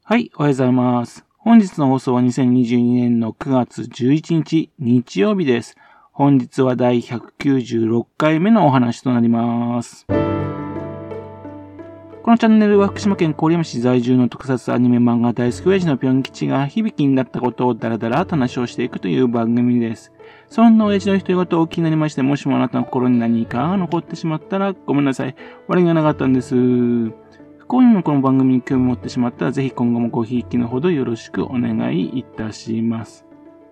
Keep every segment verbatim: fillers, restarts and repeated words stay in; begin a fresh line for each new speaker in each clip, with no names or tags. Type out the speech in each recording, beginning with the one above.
はい、おはようございます。本日の放送はにせんにじゅうにねんのくがつじゅういちにち日曜日です。本日は第ひゃくきゅうじゅうろっかいめのお話となります。このチャンネルは福島県郡山市在住の特撮アニメ漫画大好き親父のぴょん吉が響きになったことをダラダラと話をしていくという番組です。そんな親父の独り言をお気になりまして、もしもあなたの心に何かが残ってしまったらごめんなさい。悪気がなかったんです。不幸にもこの番組に興味を持ってしまったら、ぜひ今後もごひいきのほどよろしくお願いいたします。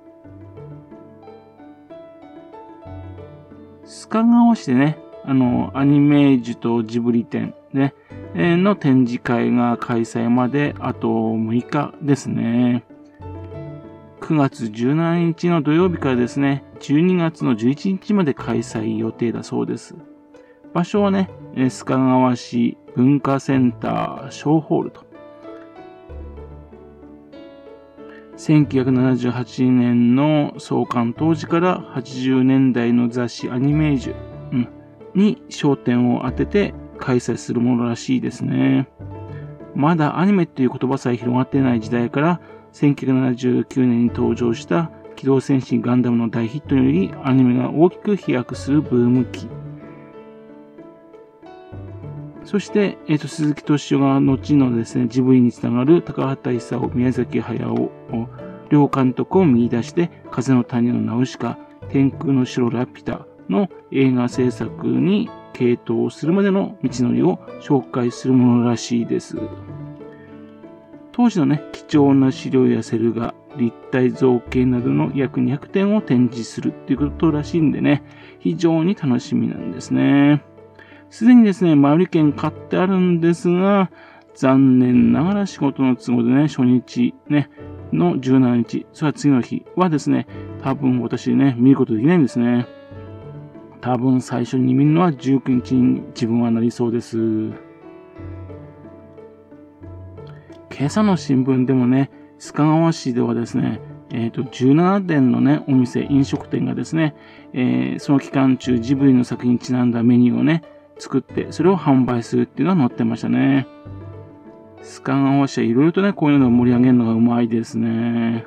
須賀川市でね、あの、アニメージュとジブリ展ね、えー、の展示会が開催まであとむいかですね。くがつじゅうしちにちの土曜日からですね、じゅうにがつのじゅういちにちまで開催予定だそうです。場所はね、須賀川市文化センター小ホールと。せんきゅうひゃくななじゅうはちねんの創刊当時からはちじゅうねんだいの雑誌アニメージュ、うん、に焦点を当てて開催するものらしいですね。まだアニメっていう言葉さえ広がっていない時代から、せんきゅうひゃくななじゅうきゅうねんに登場した機動戦士ガンダムの大ヒットにより、アニメが大きく飛躍するブーム期。そして、えっと、鈴木敏夫が後のですね、ジブリにつながる高畑勲、宮崎駿、両監督を見出して、風の谷のナウシカ、天空の城ラピュタの映画制作に傾倒するまでの道のりを紹介するものらしいです。当時のね、貴重な資料やセル画、立体造形などの約にひゃくてんを展示するっていうことらしいんでね、非常に楽しみなんですね。すでにですね、前売り券買ってあるんですが、残念ながら仕事の都合でね、初日ね、のじゅうしちにち、それは次の日はですね、多分私ね、見ることできないんですね。多分最初に見るのはじゅうくにちに自分はなりそうです。今朝の新聞でもね、須賀川市ではですね、えっと、じゅうななてんのね、お店、飲食店がですね、えー、その期間中、ジブリの作品にちなんだメニューをね、作って、それを販売するっていうのが載ってましたね。須賀川市はいろいろとね、こういうのを盛り上げるのがうまいですね。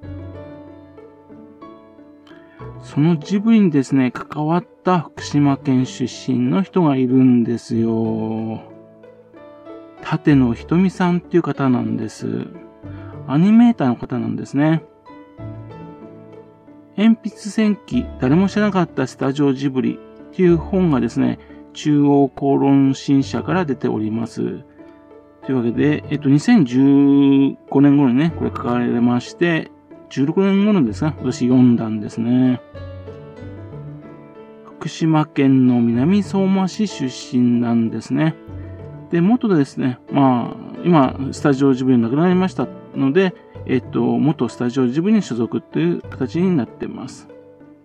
そのジブリにですね、関わった福島県出身の人がいるんですよ。舘野ひとみさんっていう方なんです。アニメーターの方なんですね。鉛筆戦記、誰も知らなかったスタジオジブリっていう本がですね、中央公論新社から出ております。というわけで、えっと、にせんじゅうごねん頃にね、これ書かれまして、じゅうろくねん頃ですが、私読んだんですね。福島県の南相馬市出身なんですね。で、元でですね、まあ、今、スタジオジブリなくなりましたので、えっと、元スタジオジブリに所属という形になっています。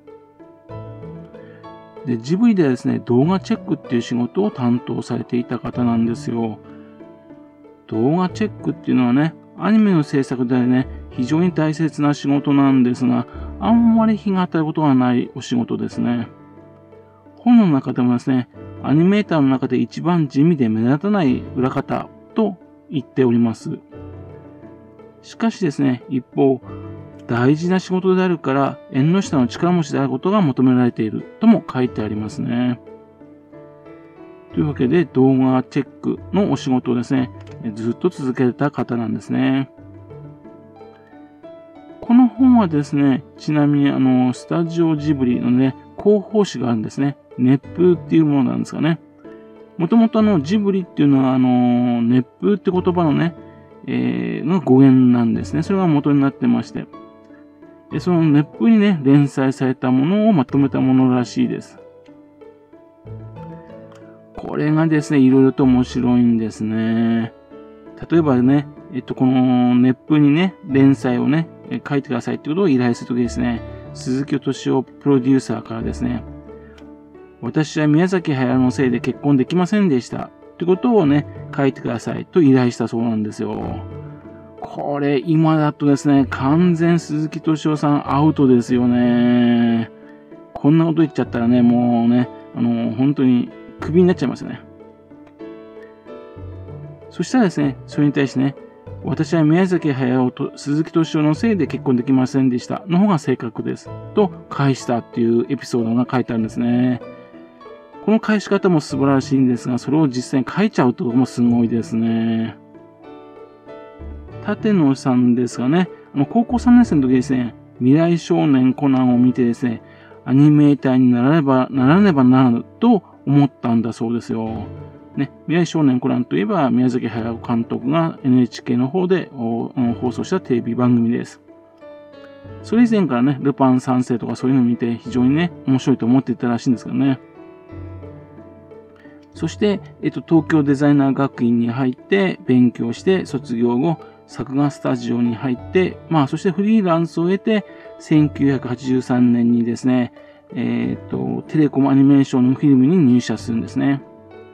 で、ジブリではですね、動画チェックっていう仕事を担当されていた方なんですよ。動画チェックっていうのはね、アニメの制作ではね、非常に大切な仕事なんですが、あんまり日が当たることがないお仕事ですね。本の中でもですね、アニメーターの中で一番地味で目立たない裏方と言っております。しかしですね、一方、大事な仕事であるから縁の下の力持ちであることが求められているとも書いてありますね。というわけで動画チェックのお仕事をですね、ずっと続けた方なんですね。この本はですね、ちなみにあの、スタジオジブリのね、広報誌があるんですね。熱風っていうものなんですかね。もともとあの、ジブリっていうのはあの、熱風って言葉のね、えー、が語源なんですね。それが元になってまして。その熱風にね、連載されたものをまとめたものらしいです。これがですね、いろいろと面白いんですね。例えばね、えっと、この熱風にね、連載をね、書いてくださいってことを依頼するときですね、鈴木敏夫プロデューサーからですね、私は宮崎駿のせいで結婚できませんでしたってことをね、書いてくださいと依頼したそうなんですよ。これ、今だとですね、完全鈴木敏夫さんアウトですよね。こんなこと言っちゃったらね、もうね、あの、本当にクビになっちゃいますよね。そしたらですね、それに対してね、 私は宮崎駿と鈴木敏夫のせいで結婚できませんでしたの方が正確です。と返したっていうエピソードが書いてあるんですね。この返し方も素晴らしいんですが、それを実際に書いちゃうところもすごいですね。立野さんですがね、あの高校さんねん生の時ですね、未来少年コナンを見てですね、アニメーターにならねばならねばならぬと思ったんだそうですよ。ね、未来少年コナンといえば宮崎駿監督が エヌエイチケー の方で放送したテレビ番組です。それ以前からね、ルパン三世とかそういうのを見て非常にね、面白いと思っていたらしいんですけどね。そして、えっと、東京デザイナー学院に入って勉強して卒業後、作画スタジオに入って、まあ、そしてフリーランスを得て、せんきゅうひゃくはちじゅうさんねんにですね、えっと、テレコムアニメーションのフィルムに入社するんですね。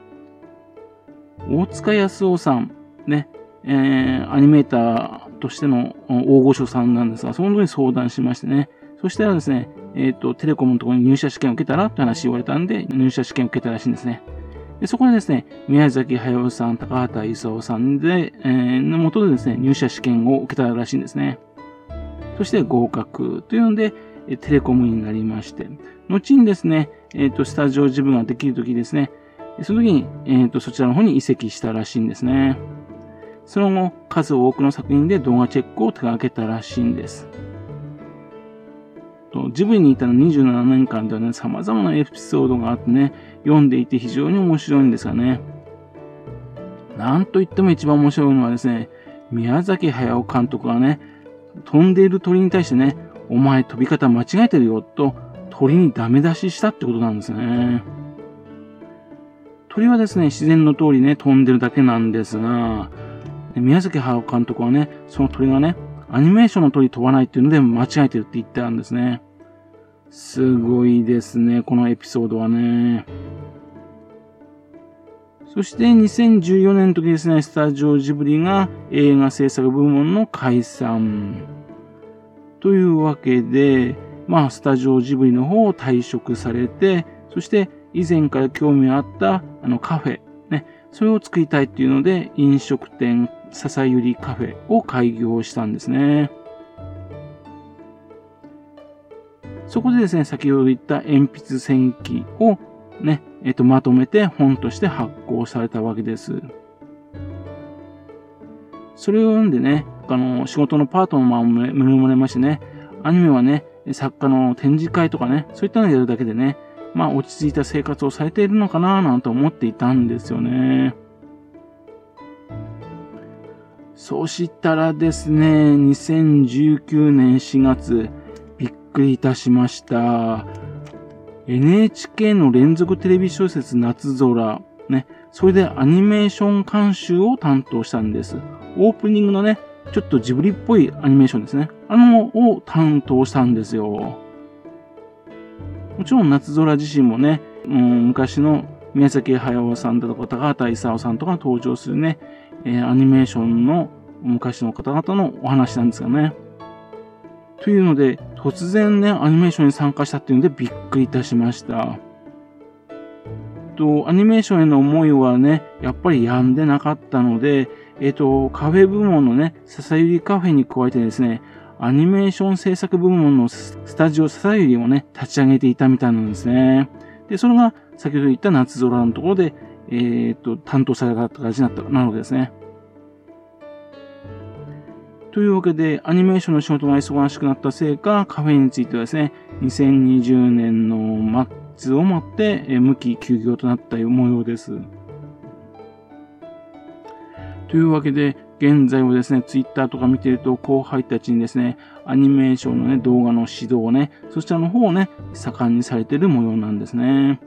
大塚康夫さん、ね、えー、アニメーターとしての大御所さんなんですが、その時に相談しましてね、そしたらですね、えっと、テレコムのところに入社試験を受けたらって話言われたんで、入社試験を受けたらしいんですね。でそこでですね、宮崎駿さん、高畑勲さんで、えー、の下でですね、入社試験を受けたらしいんですね。そして合格というので、テレコムになりまして、後にですね、えっと、スタジオ自分ができるときですね、その時に、えっと、そちらの方に移籍したらしいんですね。その後、数多くの作品で動画チェックを手掛けたらしいんです。ジブリにいたのにじゅうななねんかんではね、様々なエピソードがあってね、読んでいて非常に面白いんですがね。なんといっても一番面白いのはですね、宮崎駿監督がね、飛んでいる鳥に対してね、お前飛び方間違えてるよと鳥にダメ出ししたってことなんですね。鳥はですね、自然の通りね、飛んでるだけなんですが、宮崎駿監督はね、その鳥がね、アニメーションの鳥飛ばないっていうので間違えてるって言ってたんですね。すごいですね、このエピソードはね。そしてにせんじゅうよねんの時ですね、スタジオジブリが映画制作部門の解散。というわけで、まあ、スタジオジブリの方を退職されて、そして以前から興味あったあのカフェ、ね、それを作りたいっていうので、飲食店、笹ゆりカフェを開業したんですね。そこでですね、先ほど言った鉛筆戦記をね、えっと、まとめて本として発行されたわけです。それを読んでね、あの、仕事のパートナーも胸もれましてね、アニメはね、作家の展示会とかね、そういったのをやるだけでね、まあ落ち着いた生活をされているのかななんて思っていたんですよね。そうしたらですね、にせんじゅうきゅうねんしがつ、びっくりいたしました。エヌエイチケー の連続テレビ小説夏空、ね、それでアニメーション監修を担当したんです。オープニングのね、ちょっとジブリっぽいアニメーションですね。あのを担当したんですよ。もちろん夏空自身もね、うん、昔の宮崎駿さんだとか高畑勲さんとか登場するね、えー、アニメーションの昔の方々のお話なんですがね。というので、突然ね、アニメーションに参加したっていうのでびっくりいたしました。と、アニメーションへの思いはね、やっぱり止んでなかったので、えっと、カフェ部門のね、笹ゆりカフェに加えてですね、アニメーション制作部門のスタジオ笹ゆりをね、立ち上げていたみたいなんですね。で、それが先ほど言った夏空のところで、えっと、担当された形になった、なのですね。というわけで、アニメーションの仕事が忙しくなったせいか、カフェについてはですね、にせんにじゅうねんの末をもって、無期休業となった模様です。というわけで、現在はですね、ツイッターとか見ていると、後輩たちにですね、アニメーションのね、動画の指導をね、そちらの方をね、盛んにされている模様なんですね。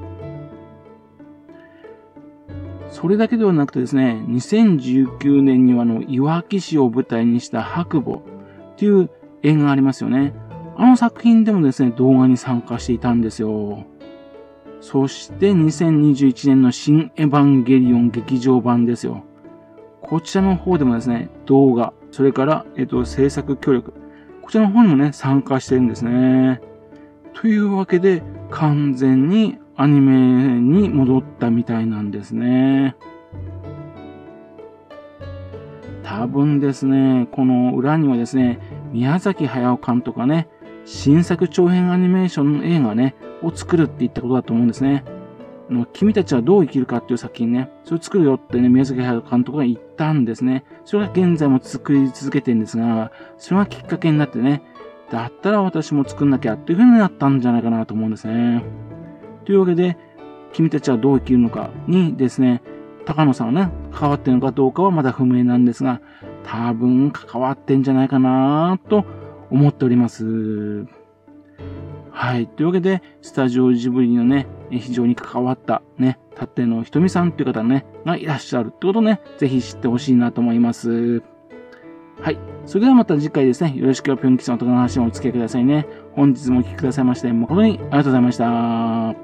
それだけではなくてですね、にせんじゅうきゅうねんにはあの、いわき市を舞台にした白母という映画がありますよね。あの作品でもですね、動画に参加していたんですよ。そしてにせんにじゅういちねんの新エヴァンゲリオン劇場版ですよ。こちらの方でもですね、動画、それから、えっと、制作協力、こちらの方にもね、参加してるんですね。というわけで、完全にアニメに戻ったみたいなんですね。 多分ですね、この裏にはですね、宮崎駿監督がね、新作長編アニメーション映画ね、を作るって言ったことだと思うんですね。あの君たちはどう生きるかっていう作品ね、それを作るよってね、宮崎駿監督が言ったんですね。それが現在も作り続けてるんですが、それがきっかけになってね、だったら私も作んなきゃっていう風になったんじゃないかなと思うんですね。というわけで、君たちはどう生きるのかにですね、高野さんがね、関わってるのかどうかはまだ不明なんですが、多分関わってんじゃないかなと思っております。はい。というわけで、スタジオジブリのね、非常に関わったね、立野ひとみさんという方ね、がいらっしゃるってことをね、ぜひ知ってほしいなと思います。はい。それではまた次回ですね、よろしくぴょん吉さんのお話にお付き合いくださいね。本日もお聞きくださいまして、誠にありがとうございました。